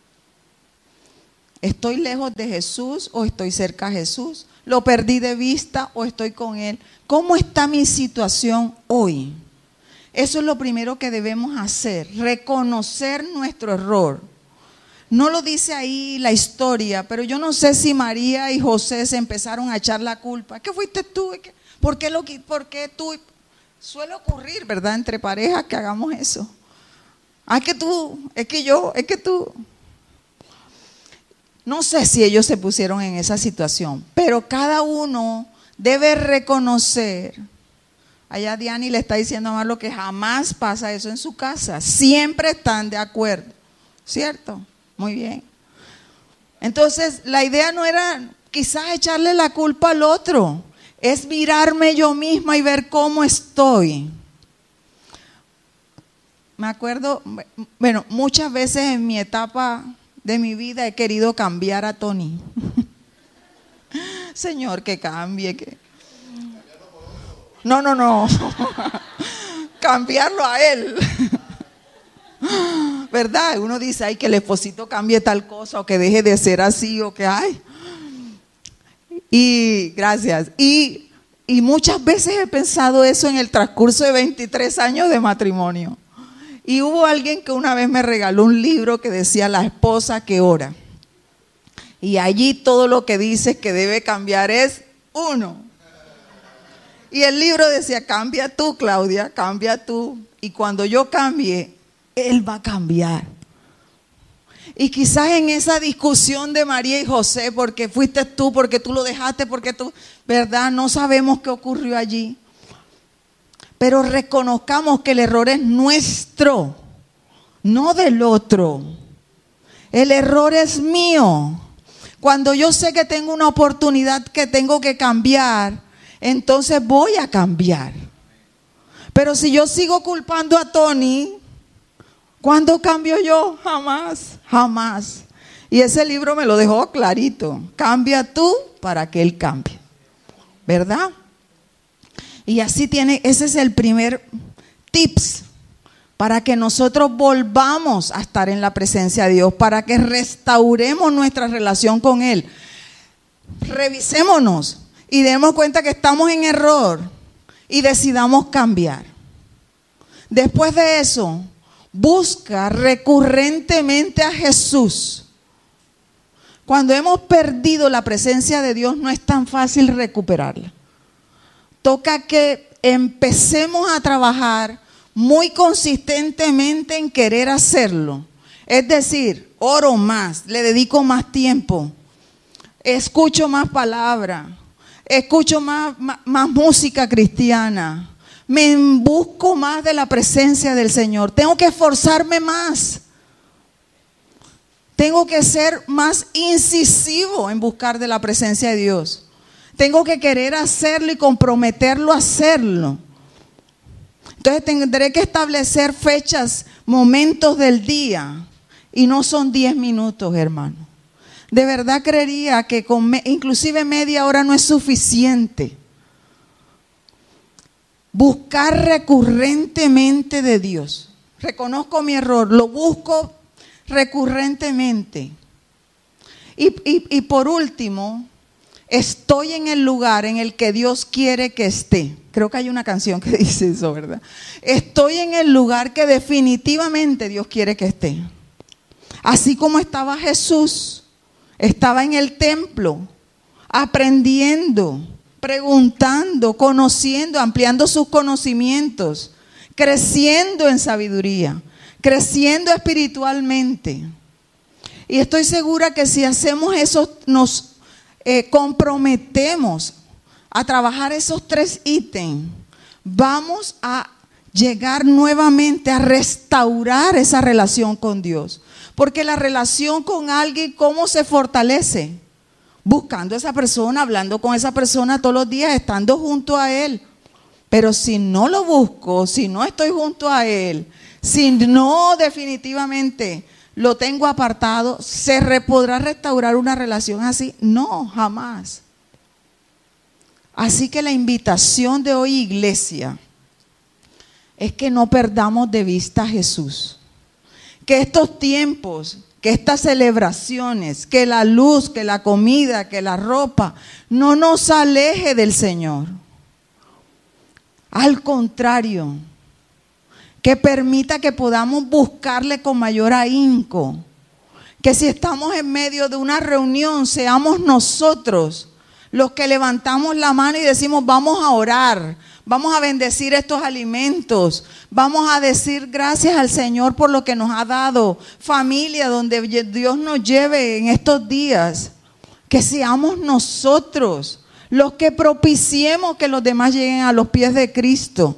¿Estoy lejos de Jesús o estoy cerca de Jesús? ¿Lo perdí de vista o estoy con Él? ¿Cómo está mi situación hoy? Eso es lo primero que debemos hacer, reconocer nuestro error. No lo dice ahí la historia, pero yo no sé si María y José se empezaron a echar la culpa. ¿Qué fuiste tú? ¿Por qué, lo, por qué tú? Suele ocurrir, ¿verdad? Entre parejas que hagamos eso. Ah, es que tú, es que yo, es que tú. No sé si ellos se pusieron en esa situación, pero cada uno debe reconocer. Allá Diani le está diciendo a Marlo que jamás pasa eso en su casa. Siempre están de acuerdo, ¿cierto? Muy bien. Entonces, la idea no era quizás echarle la culpa al otro, es mirarme yo misma y ver cómo estoy. Me acuerdo, bueno, muchas veces en mi etapa de mi vida he querido cambiar a Tony. Señor, que cambie. Que... No, no, no. Cambiarlo a él. ¿Verdad? Uno dice, ay, que el esposito cambie tal cosa o que deje de ser así o que, ay. Y gracias. Y, y muchas veces he pensado eso en el transcurso de veintitrés años de matrimonio. Y hubo alguien que una vez me regaló un libro que decía La esposa que ora. Y allí todo lo que dice que debe cambiar es uno. Y el libro decía, cambia tú, Claudia, cambia tú. Y cuando yo cambie, Él va a cambiar. Y quizás en esa discusión de María y José, porque fuiste tú, porque tú lo dejaste, porque tú, ¿verdad? No sabemos qué ocurrió allí. Pero reconozcamos que el error es nuestro, no del otro. El error es mío. Cuando yo sé que tengo una oportunidad que tengo que cambiar, entonces voy a cambiar. Pero si yo sigo culpando a Tony, ¿cuándo cambio yo? Jamás, jamás. Y ese libro me lo dejó clarito. Cambia tú para que Él cambie. ¿Verdad? Y así tiene, ese es el primer tips para que nosotros volvamos a estar en la presencia de Dios, para que restauremos nuestra relación con Él. Revisémonos y demos cuenta que estamos en error y decidamos cambiar. Después de eso, busca recurrentemente a Jesús. Cuando hemos perdido la presencia de Dios, no es tan fácil recuperarla. Toca que empecemos a trabajar muy consistentemente en querer hacerlo. Es decir, oro más, le dedico más tiempo, escucho más palabra, escucho más, más, más música cristiana, me busco más de la presencia del Señor. Tengo que esforzarme más. Tengo que ser más incisivo en buscar de la presencia de Dios. Tengo que querer hacerlo y comprometerlo a hacerlo. Entonces tendré que establecer fechas, momentos del día. Y no son diez minutos, hermano. De verdad creería que con me, inclusive media hora no es suficiente. Buscar recurrentemente de Dios. Reconozco mi error, lo busco recurrentemente. Y, y, y por último, estoy en el lugar en el que Dios quiere que esté. Creo que hay una canción que dice eso, ¿verdad? Estoy en el lugar que definitivamente Dios quiere que esté. Así como estaba Jesús, estaba en el templo, aprendiendo, preguntando, conociendo, ampliando sus conocimientos, creciendo en sabiduría, creciendo espiritualmente. Y estoy segura que si hacemos eso, nos eh, comprometemos a trabajar esos tres ítems, vamos a llegar nuevamente a restaurar esa relación con Dios. Porque la relación con alguien, ¿cómo se fortalece? Buscando a esa persona, hablando con esa persona todos los días, estando junto a Él. Pero si no lo busco, si no estoy junto a Él, si no definitivamente lo tengo apartado, ¿se re- podrá restaurar una relación así? No, jamás. Así que la invitación de hoy, iglesia, es que no perdamos de vista a Jesús. Que estos tiempos, que estas celebraciones, que la luz, que la comida, que la ropa, no nos aleje del Señor. Al contrario, que permita que podamos buscarle con mayor ahínco. Que si estamos en medio de una reunión, seamos nosotros los que levantamos la mano y decimos, vamos a orar, vamos a bendecir estos alimentos, vamos a decir gracias al Señor por lo que nos ha dado, familia, donde Dios nos lleve en estos días. Que seamos nosotros los que propiciemos que los demás lleguen a los pies de Cristo.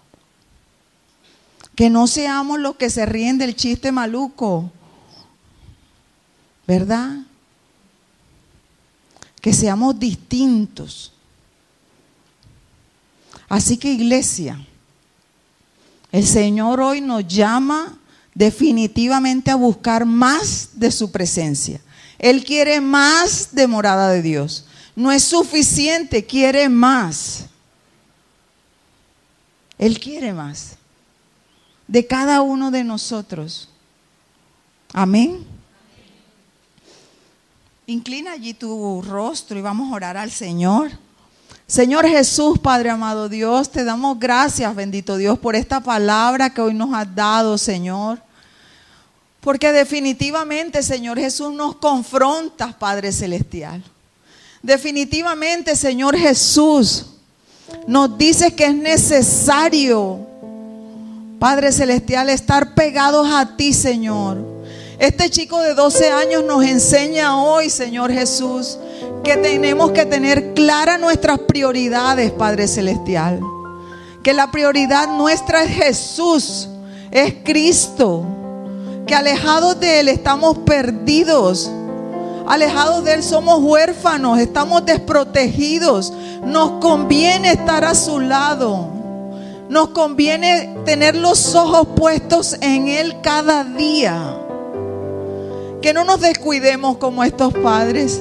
Que no seamos los que se ríen del chiste maluco, ¿verdad? Que seamos distintos. Así que, iglesia, el Señor hoy nos llama definitivamente a buscar más de su presencia. Él quiere más de morada de Dios. No es suficiente, quiere más. Él quiere más de cada uno de nosotros. Amén. Inclina allí tu rostro y vamos a orar al Señor. Señor Jesús, Padre amado Dios, te damos gracias, bendito Dios, por esta palabra que hoy nos has dado, Señor. Porque definitivamente, Señor Jesús, nos confrontas, Padre Celestial. Definitivamente, Señor Jesús, nos dices que es necesario, Padre Celestial, estar pegados a ti, Señor. Este chico de doce años nos enseña hoy, Señor Jesús, que tenemos que tener claras nuestras prioridades, Padre Celestial. Que la prioridad nuestra es Jesús, es Cristo. Que alejados de Él estamos perdidos. Alejados de Él somos huérfanos, estamos desprotegidos. Nos conviene estar a su lado. Nos conviene tener los ojos puestos en Él cada día. Que no nos descuidemos como estos padres.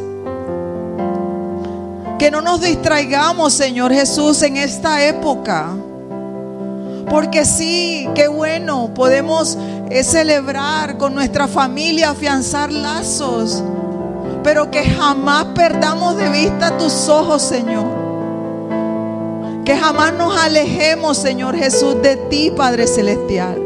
Que no nos distraigamos, Señor Jesús, en esta época. Porque sí, qué bueno, podemos eh, celebrar con nuestra familia, afianzar lazos. Pero que jamás perdamos de vista tus ojos, Señor. Que jamás nos alejemos, Señor Jesús, de ti, Padre Celestial.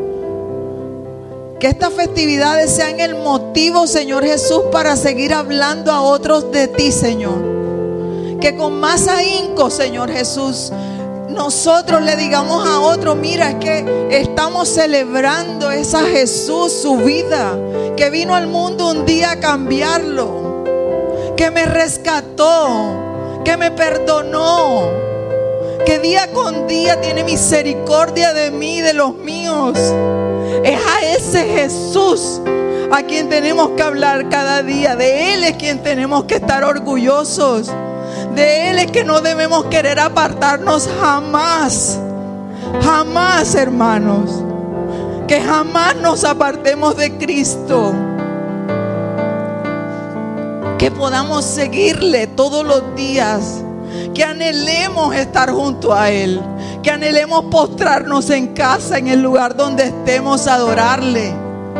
Que estas festividades sean el motivo, Señor Jesús, para seguir hablando a otros de ti, Señor. Que con más ahínco, Señor Jesús, nosotros le digamos a otros: mira, es que estamos celebrando esa Jesús, su vida, que vino al mundo un día a cambiarlo, que me rescató, que me perdonó, que día con día tiene misericordia de mí, de los míos. Es a ese Jesús a quien tenemos que hablar cada día. De Él es quien tenemos que estar orgullosos. De Él es que no debemos querer apartarnos jamás. Jamás, hermanos. Que jamás nos apartemos de Cristo. Que podamos seguirle todos los días. Que anhelemos estar junto a Él. Que anhelemos postrarnos en casa, en el lugar donde estemos, a adorarle.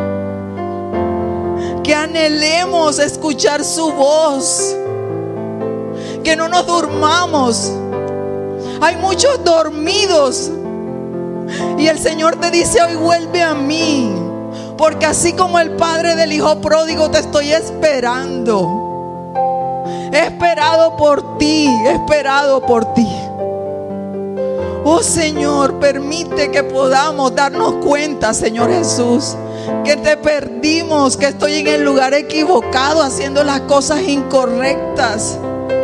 Que anhelemos escuchar su voz. Que no nos durmamos. Hay muchos dormidos. Y el Señor te dice hoy: vuelve a mí. Porque así como el padre del hijo pródigo, te estoy esperando. He esperado por ti, he esperado por ti. Oh Señor, permite que podamos darnos cuenta, Señor Jesús, que te perdimos, que estoy en el lugar equivocado, haciendo las cosas incorrectas.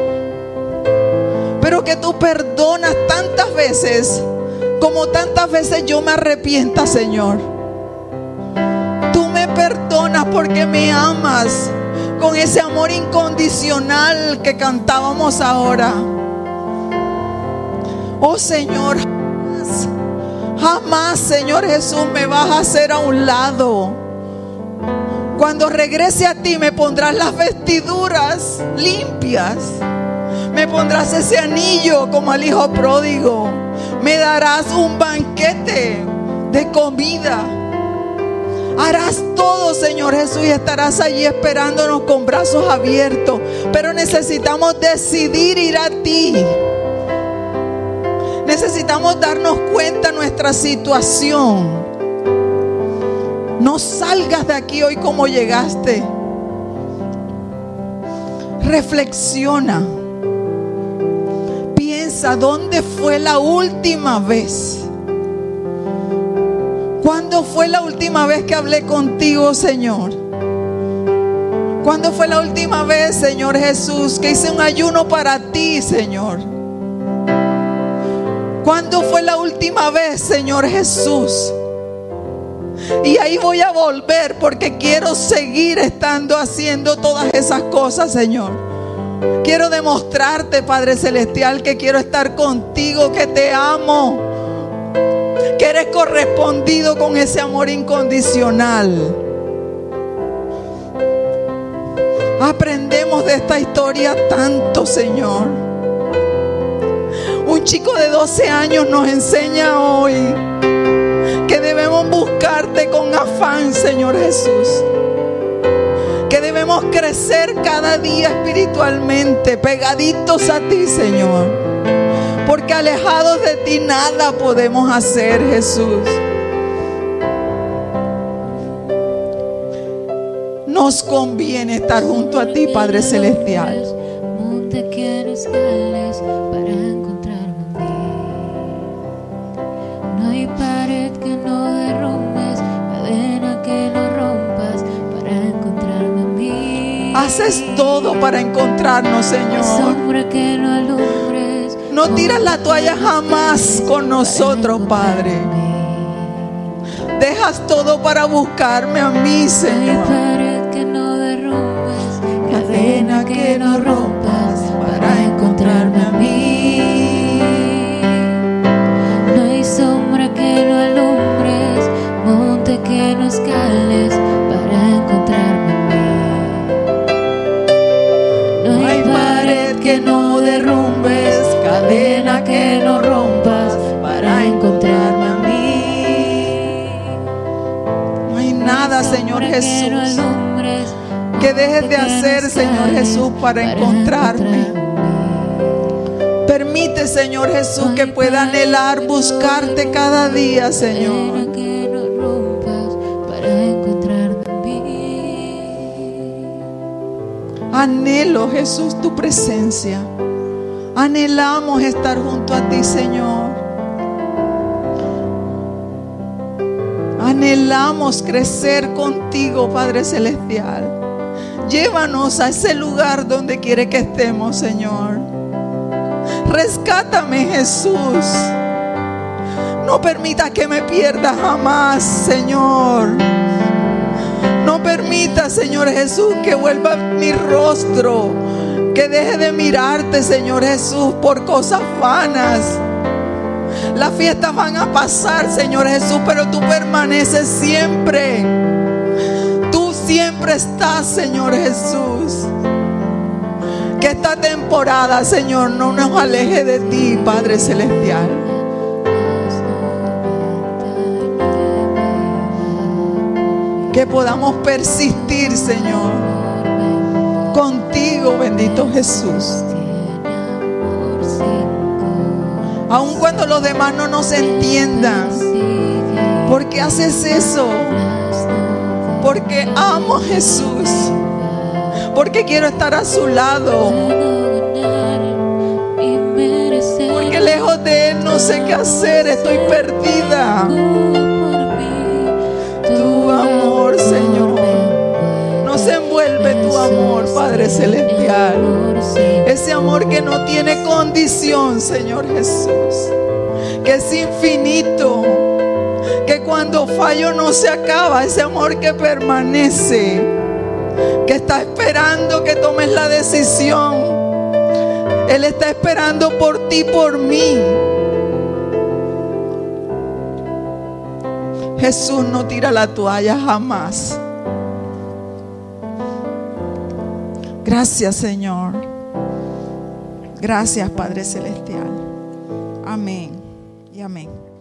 Pero que tú perdonas tantas veces, como tantas veces yo me arrepienta, Señor. Tú me perdonas porque me amas. Con ese amor incondicional que cantábamos ahora. Oh Señor, jamás, jamás, Señor Jesús, me vas a hacer a un lado. Cuando regrese a ti, me pondrás las vestiduras limpias. Me pondrás ese anillo como al hijo pródigo. Me darás un banquete de comida. Harás todo, Señor Jesús, y estarás allí esperándonos con brazos abiertos. Pero necesitamos decidir ir a ti. Necesitamos darnos cuenta de nuestra situación. No salgas de aquí hoy como llegaste. Reflexiona. Piensa, ¿dónde fue la última vez? ¿Cuándo fue la última vez que hablé contigo, Señor? ¿Cuándo fue la última vez, Señor Jesús, que hice un ayuno para ti, Señor? ¿Cuándo fue la última vez, Señor Jesús? Y ahí voy a volver, porque quiero seguir estando haciendo todas esas cosas, Señor. Quiero demostrarte, Padre Celestial, que quiero estar contigo, que te amo, que eres correspondido con ese amor incondicional. Aprendemos de esta historia tanto, Señor. Un chico de doce años nos enseña hoy que debemos buscarte con afán, Señor Jesús. Que debemos crecer cada día espiritualmente, pegaditos a ti, Señor. Porque alejados de ti nada podemos hacer, Jesús. Nos conviene estar junto a ti, Padre Celestial. Monte que no escales para encontrarme a mí. No hay pared que no derrumbes, cadena que no rompas para encontrarme a mí. Haces todo para encontrarnos, Señor. Sombra que no alumbres. No tiras la toalla jamás con nosotros, Padre. Dejas todo para buscarme a mí, Señor. Pared que no derrumbes, cadena que no rompas para encontrarme a mí. No hay sombra que no alumbres, monte que no escales para encontrarme a mí. No hay pared que no derrumbes, cadena que no rompas para encontrarme a mí. No hay nada, Señor Jesús, que dejes de hacer, Señor Jesús, para encontrarme. Permite, Señor Jesús, que pueda anhelar buscarte cada día, Señor. Que no rompas para encontrarme en mí. Anhelo, Jesús, tu presencia. Anhelamos estar junto a ti, Señor. Anhelamos crecer contigo, Padre Celestial. Llévanos a ese lugar donde quiere que estemos, Señor. Rescátame, Jesús. No permita que me pierda jamás, Señor. No permita, Señor Jesús, que vuelva mi rostro, que deje de mirarte, Señor Jesús, por cosas vanas. Las fiestas van a pasar, Señor Jesús, pero tú permaneces siempre. Tú siempre estás, Señor Jesús. Que esta temporada, Señor, no nos aleje de ti, Padre Celestial. Que podamos persistir, Señor, contigo, bendito Jesús. Aun cuando los demás no nos entiendan. ¿Por qué haces eso? Porque amo a Jesús. Porque quiero estar a su lado. Porque lejos de Él no sé qué hacer. Estoy perdida. Tu amor, Señor. Nos envuelve tu amor, Padre Celestial. Ese amor que no tiene condición, Señor Jesús. Que es infinito. Que cuando fallo no se acaba. Ese amor que permanece. Que está esperando que tomes la decisión. Él está esperando por ti, por mí. Jesús no tira la toalla jamás. Gracias, Señor. Gracias, Padre Celestial. Amén y amén.